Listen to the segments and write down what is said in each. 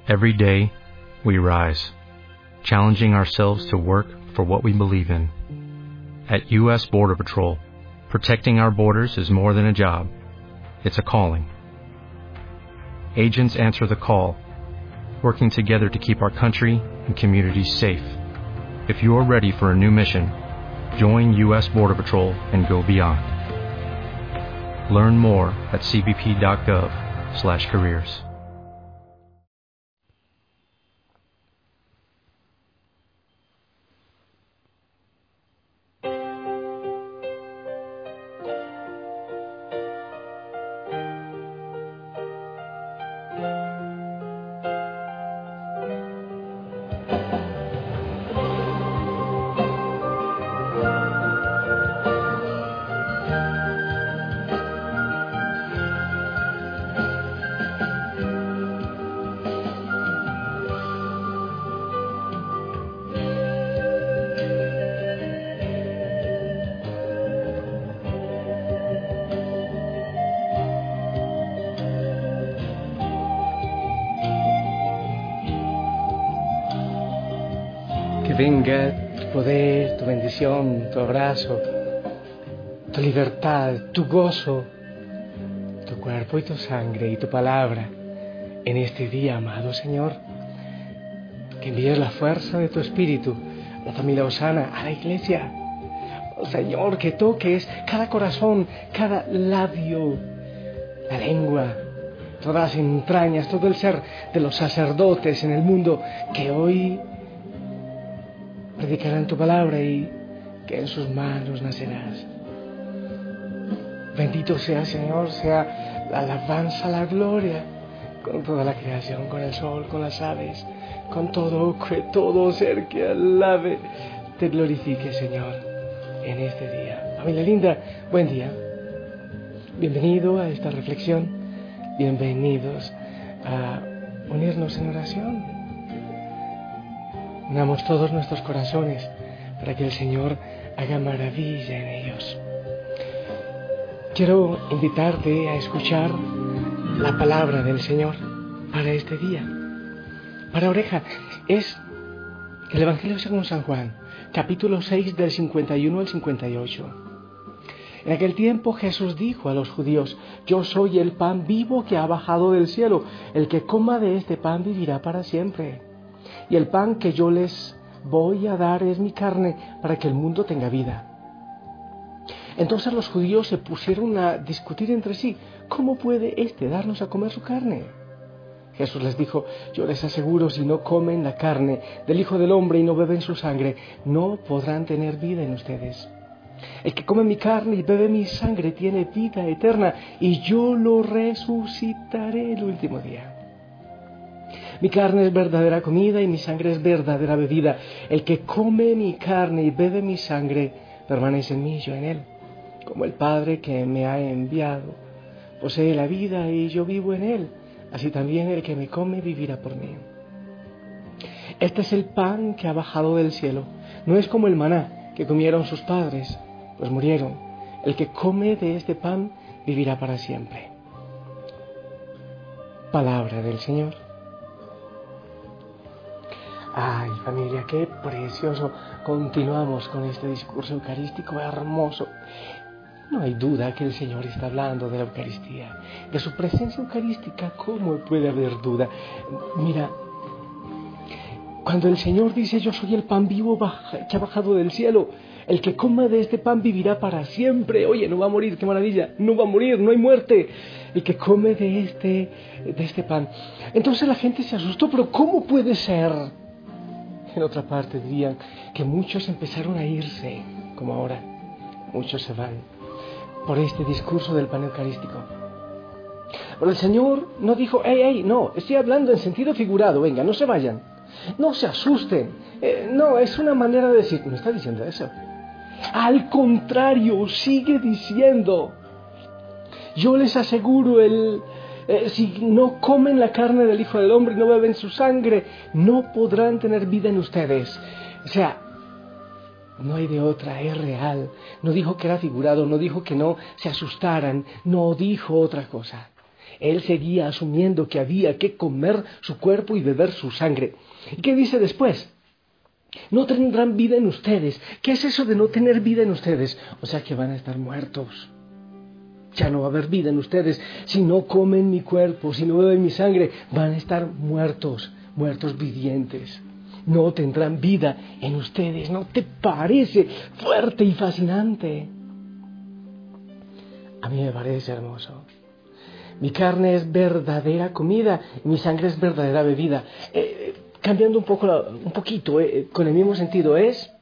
Every day, we rise, challenging ourselves to work for what we believe in. At U.S. Border Patrol, protecting our borders is more than a job. It's a calling. Agents answer the call, working together to keep our country and communities safe. If you are ready for a new mission, join U.S. Border Patrol and go beyond. Learn more at cbp.gov/careers. Que venga tu poder, tu bendición, tu abrazo, tu libertad, tu gozo, tu cuerpo y tu sangre y tu palabra en este día, amado Señor. Que envíes la fuerza de tu espíritu a la familia Osana, a la iglesia. Oh Señor, que toques cada corazón, cada labio, la lengua, todas las entrañas, todo el ser de los sacerdotes en el mundo que hoy predicarán tu palabra y que en sus manos nacerás. Bendito sea, Señor, sea la alabanza, la gloria, con toda la creación, con el sol, con las aves, con todo, que todo ser que alabe, te glorifique, Señor, en este día. Familia linda, buen día. Bienvenido a esta reflexión, bienvenidos a unirnos en oración. Unamos todos nuestros corazones para que el Señor haga maravilla en ellos. Quiero invitarte a escuchar la palabra del Señor para este día. Para oreja es el Evangelio según San Juan, capítulo 6 del 51 al 58. En aquel tiempo Jesús dijo a los judíos: yo soy el pan vivo que ha bajado del cielo. El que coma de este pan vivirá para siempre. Y el pan que yo les voy a dar es mi carne, para que el mundo tenga vida. Entonces los judíos se pusieron a discutir entre sí: ¿cómo puede éste darnos a comer su carne? Jesús les dijo: yo les aseguro, si no comen la carne del Hijo del Hombre y no beben su sangre, no podrán tener vida en ustedes. El que come mi carne y bebe mi sangre tiene vida eterna, y yo lo resucitaré el último día. Mi carne es verdadera comida y mi sangre es verdadera bebida. El que come mi carne y bebe mi sangre permanece en mí y yo en él. Como el Padre que me ha enviado posee la vida y yo vivo en él, así también el que me come vivirá por mí. Este es el pan que ha bajado del cielo. No es como el maná que comieron sus padres, pues murieron. El que come de este pan vivirá para siempre. Palabra del Señor. Ay, familia, qué precioso. Continuamos con este discurso eucarístico hermoso. No hay duda que el Señor está hablando de la Eucaristía, de su presencia eucarística. ¿Cómo puede haber duda? Mira, cuando el Señor dice: yo soy el pan vivo que ha bajado del cielo, el que coma de este pan vivirá para siempre. Oye, no va a morir, qué maravilla, no va a morir, no hay muerte. El que come de este pan. Entonces la gente se asustó, pero ¿cómo puede ser? En otra parte dirían que muchos empezaron a irse, como ahora. Muchos se van por este discurso del pan eucarístico. Pero el Señor no dijo: no, estoy hablando en sentido figurado, venga, no se vayan, no se asusten. No, es una manera de decir, no está diciendo eso. Al contrario, sigue diciendo: yo les aseguro, si no comen la carne del Hijo del Hombre y no beben su sangre, no podrán tener vida en ustedes. O sea, no hay de otra, es real. No dijo que era figurado, no dijo que no se asustaran, no dijo otra cosa. Él seguía asumiendo que había que comer su cuerpo y beber su sangre. ¿Y qué dice después? No tendrán vida en ustedes. ¿Qué es eso de no tener vida en ustedes? O sea que van a estar muertos. Ya no va a haber vida en ustedes. Si no comen mi cuerpo, si no beben mi sangre, van a estar muertos, muertos vivientes. No tendrán vida en ustedes. ¿No te parece fuerte y fascinante? A mí me parece hermoso. Mi carne es verdadera comida, mi sangre es verdadera bebida. Cambiando un poquito, con el mismo sentido,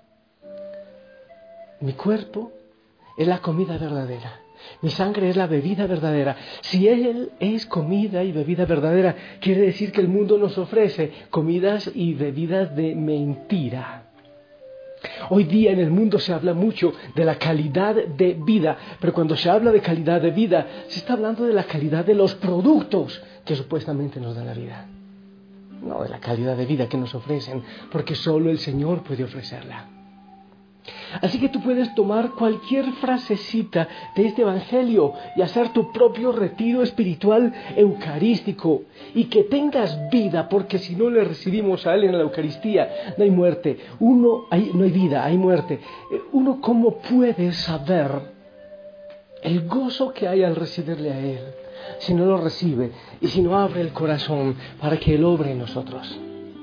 mi cuerpo es la comida verdadera. Mi sangre es la bebida verdadera. Si Él es comida y bebida verdadera, quiere decir que el mundo nos ofrece comidas y bebidas de mentira. Hoy día en el mundo se habla mucho de la calidad de vida, pero cuando se habla de calidad de vida, se está hablando de la calidad de los productos que supuestamente nos dan la vida. No de la calidad de vida que nos ofrecen, porque solo el Señor puede ofrecerla. Así que tú puedes tomar cualquier frasecita de este evangelio y hacer tu propio retiro espiritual eucarístico y que tengas vida, porque si no le recibimos a Él en la Eucaristía, no hay muerte. No hay vida, hay muerte. Uno, ¿cómo puede saber el gozo que hay al recibirle a Él si no lo recibe y si no abre el corazón para que Él obre en nosotros?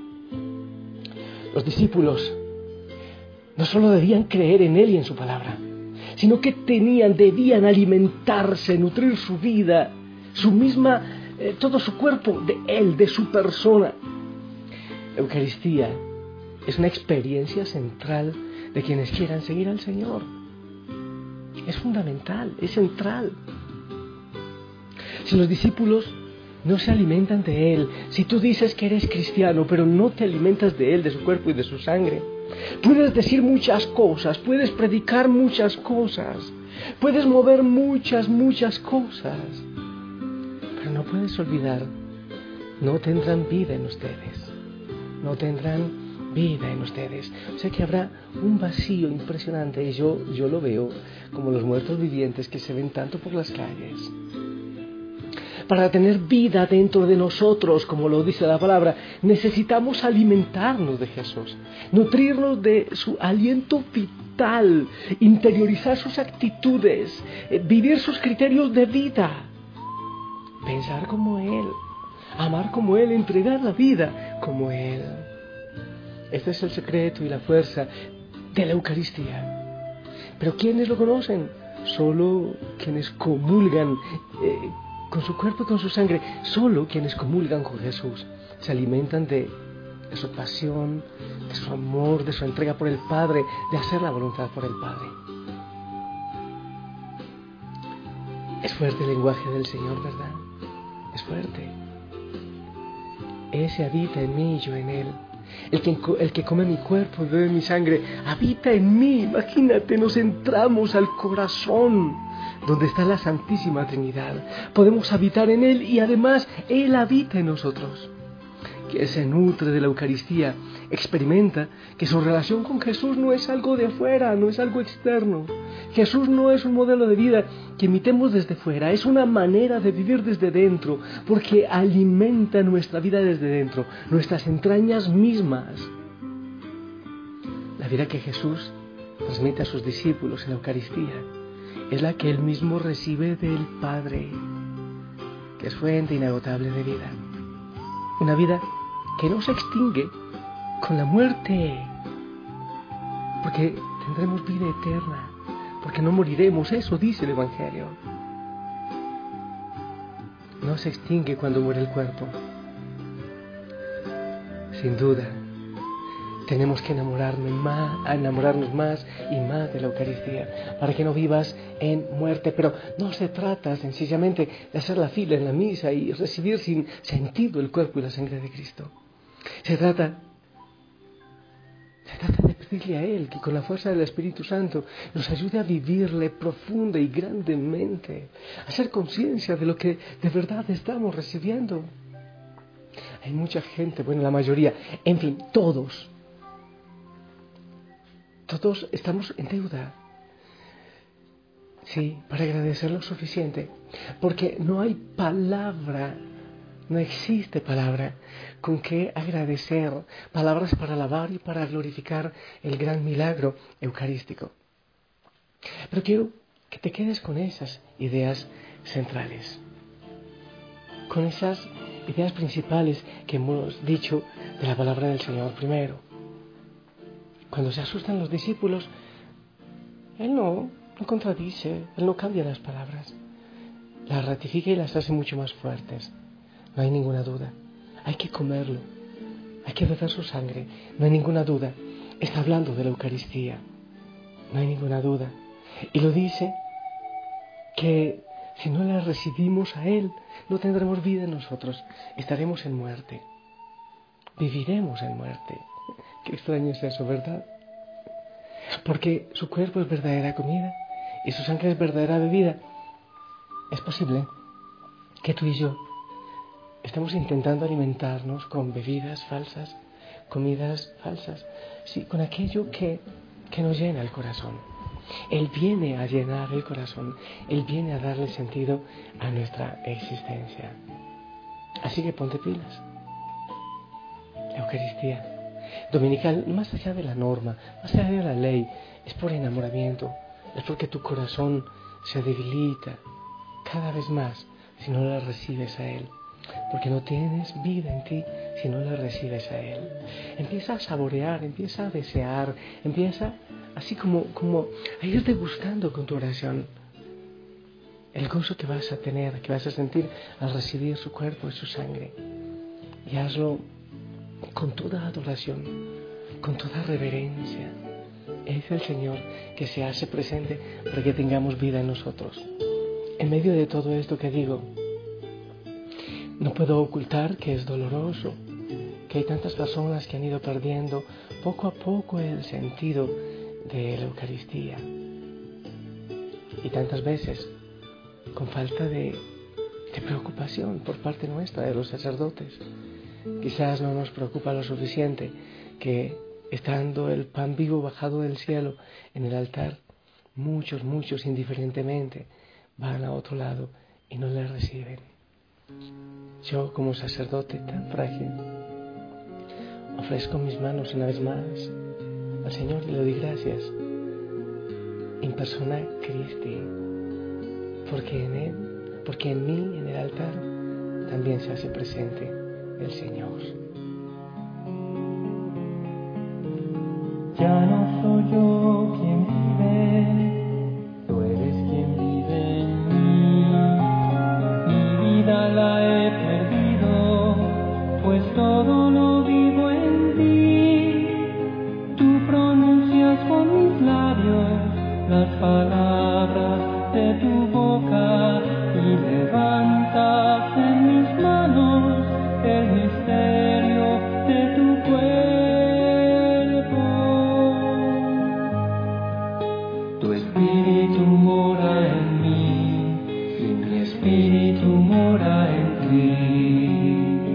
Los discípulos no solo debían creer en Él y en su palabra, sino que debían alimentarse, nutrir su vida, todo su cuerpo de Él, de su persona. Eucaristía es una experiencia central de quienes quieran seguir al Señor. Es fundamental, es central. Si los discípulos no se alimentan de Él, si tú dices que eres cristiano, pero no te alimentas de Él, de su cuerpo y de su sangre, puedes decir muchas cosas, puedes predicar muchas cosas, puedes mover muchas cosas, pero no puedes olvidar, no tendrán vida en ustedes, no tendrán vida en ustedes. O sea que habrá un vacío impresionante y yo lo veo como los muertos vivientes que se ven tanto por las calles. Para tener vida dentro de nosotros, como lo dice la palabra, necesitamos alimentarnos de Jesús, nutrirnos de su aliento vital, interiorizar sus actitudes, vivir sus criterios de vida, pensar como Él, amar como Él, entregar la vida como Él. Este es el secreto y la fuerza de la Eucaristía. Pero ¿quiénes lo conocen? Solo quienes comulgan con su cuerpo y con su sangre. Solo quienes comulgan con Jesús se alimentan de su pasión, de su amor, de su entrega por el Padre, de hacer la voluntad por el Padre. Es fuerte el lenguaje del Señor, ¿verdad? Es fuerte. Ese habita en mí y yo en Él. El que come mi cuerpo y bebe mi sangre habita en mí. Imagínate, nos entramos al corazón donde está la Santísima Trinidad. Podemos habitar en Él y además Él habita en nosotros. Que se nutre de la Eucaristía, experimenta que su relación con Jesús no es algo de afuera, no es algo externo. Jesús no es un modelo de vida que imitemos desde fuera, es una manera de vivir desde dentro, porque alimenta nuestra vida desde dentro, nuestras entrañas mismas. La vida que Jesús transmite a sus discípulos en la Eucaristía es la que Él mismo recibe del Padre, que es fuente inagotable de vida. Una vida que no se extingue con la muerte, porque tendremos vida eterna, porque no moriremos, eso dice el Evangelio. No se extingue cuando muere el cuerpo. Sin duda, tenemos que enamorarnos más y más de la Eucaristía, para que no vivas en muerte. Pero no se trata sencillamente de hacer la fila en la misa y recibir sin sentido el cuerpo y la sangre de Cristo. Se trata de pedirle a Él que con la fuerza del Espíritu Santo nos ayude a vivirle profunda y grandemente, a hacer conciencia de lo que de verdad estamos recibiendo. Hay mucha gente, bueno, la mayoría, en fin, todos estamos en deuda. Sí, para agradecer lo suficiente, porque no hay palabra, no existe palabra con que agradecer, palabras para alabar y para glorificar el gran milagro eucarístico. Pero quiero que te quedes con esas ideas centrales, con esas ideas principales que hemos dicho de la palabra del Señor primero. Cuando se asustan los discípulos, Él no contradice, Él no cambia las palabras, las ratifica y las hace mucho más fuertes. No hay ninguna duda, hay que comerlo, hay que beber su sangre, no hay ninguna duda. Está hablando de la Eucaristía, no hay ninguna duda. Y lo dice que si no la recibimos a Él, no tendremos vida en nosotros, estaremos en muerte, viviremos en muerte. Qué extraño es eso, ¿verdad? Porque su cuerpo es verdadera comida y su sangre es verdadera bebida. Es posible que tú y yo estemos intentando alimentarnos con bebidas falsas, comidas falsas, sí, con aquello que nos llena el corazón. Él viene a llenar el corazón, Él viene a darle sentido a nuestra existencia. Así que ponte pilas. La Eucaristía dominical, más allá de la norma, más allá de la ley, es por enamoramiento, es porque tu corazón se debilita cada vez más si no la recibes a Él, porque no tienes vida en ti si no la recibes a Él. Empieza a saborear, empieza a desear, empieza así como a ir degustando con tu oración el gozo que vas a tener, que vas a sentir al recibir su cuerpo y su sangre. Y hazlo con toda adoración, con toda reverencia. Es el Señor que se hace presente para que tengamos vida en nosotros. En medio de todo esto que digo, no puedo ocultar que es doloroso, que hay tantas personas que han ido perdiendo poco a poco el sentido de la Eucaristía. Y tantas veces con falta de preocupación por parte nuestra, de los sacerdotes. Quizás no nos preocupa lo suficiente que, estando el pan vivo bajado del cielo en el altar, muchos indiferentemente van a otro lado y no le reciben. Yo, como sacerdote tan frágil, ofrezco mis manos una vez más al Señor y le doy gracias in persona Christi, porque en Él, porque en mí, en el altar, también se hace presente el Señor. Ya no soy yo quien vive, tú eres quien vive en mí. Mi vida la he perdido, pues todo lo vivo en ti. Tú pronuncias con mis labios las palabras de tu boca y levantas en mis manos el misterio de tu cuerpo. Tu espíritu mora en mí y mi espíritu mora en ti.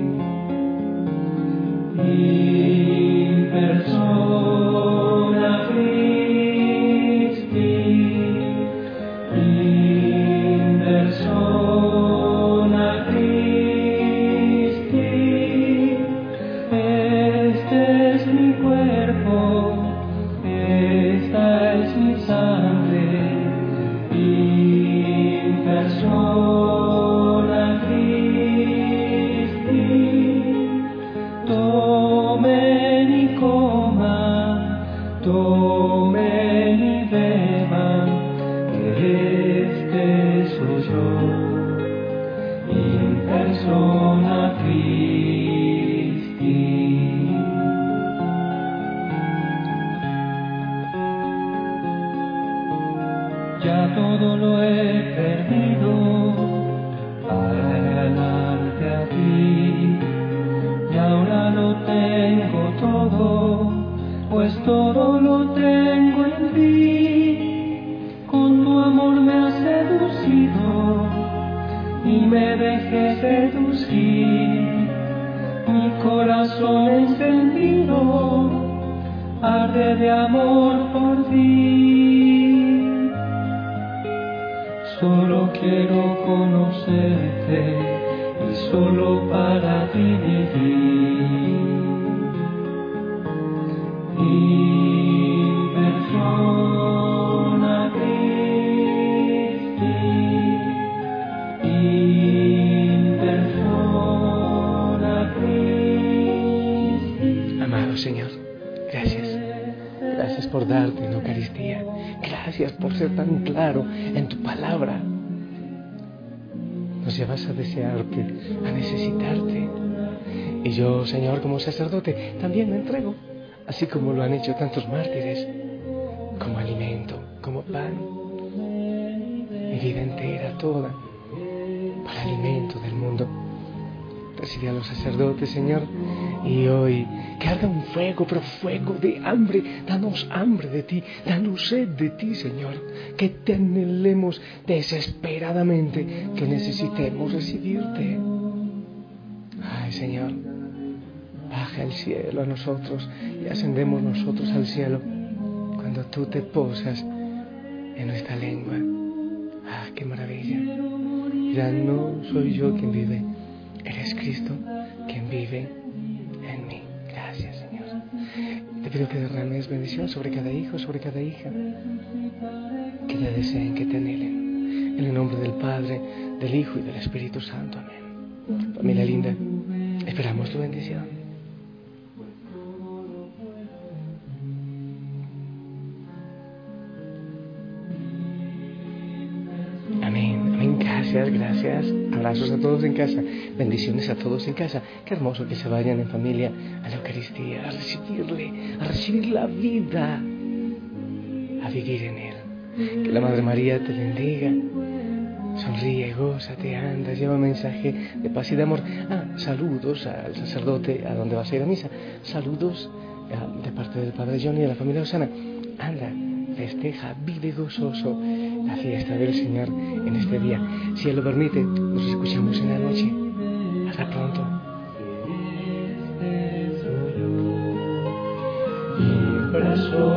In persona Christi, in persona Christi, este es mi cuerpo, esta es mi sangre, in persona Christi, tomen y coman, tomen y beban, este soy yo, in persona Christi. Ya todo lo he perdido para ganarte a ti, y ahora lo tengo todo, pues todo lo tengo en ti. Con tu amor me has seducido y me dejé seducir. Mi corazón encendido arde de amor por ti. Solo quiero conocerte y solo para ti vivir. In persona Christi, in persona Christi. Amado Señor, gracias. Gracias por darte en la Eucaristía. Gracias por ser tan claro en tu palabra. Nos llevas a desearte, a necesitarte. Y yo, Señor, como sacerdote, también me entrego, así como lo han hecho tantos mártires, como alimento, como pan. Mi vida entera, toda, para alimento del mundo. Recibe a los sacerdotes, Señor, y hoy que arda un fuego, pero fuego de hambre. Danos hambre de ti, danos sed de ti, Señor, que te anhelemos desesperadamente, que necesitemos recibirte. Ay, Señor, baja el cielo a nosotros y ascendemos nosotros al cielo cuando tú te posas en nuestra lengua. Ah, qué maravilla. Ya no soy yo quien vive, eres Cristo quien vive en mí. Gracias, Señor. Te pido que derrames bendición sobre cada hijo, sobre cada hija, que te deseen, que te anhelen. En el nombre del Padre, del Hijo y del Espíritu Santo. Amén. Familia linda, esperamos tu bendición. Gracias. Abrazos a todos en casa. Bendiciones a todos en casa. Qué hermoso que se vayan en familia a la Eucaristía, a recibir la vida, a vivir en Él. Que la Madre María te bendiga. Sonríe, gózate, anda, lleva mensaje de paz y de amor. Saludos al sacerdote a donde vas a ir a misa. Saludos de parte del Padre Johnny y de la familia Osana. Anda, festeja, vive gozoso la fiesta del Señor en este día. Si Él lo permite, nos escuchamos en la noche. Hasta pronto. Impreso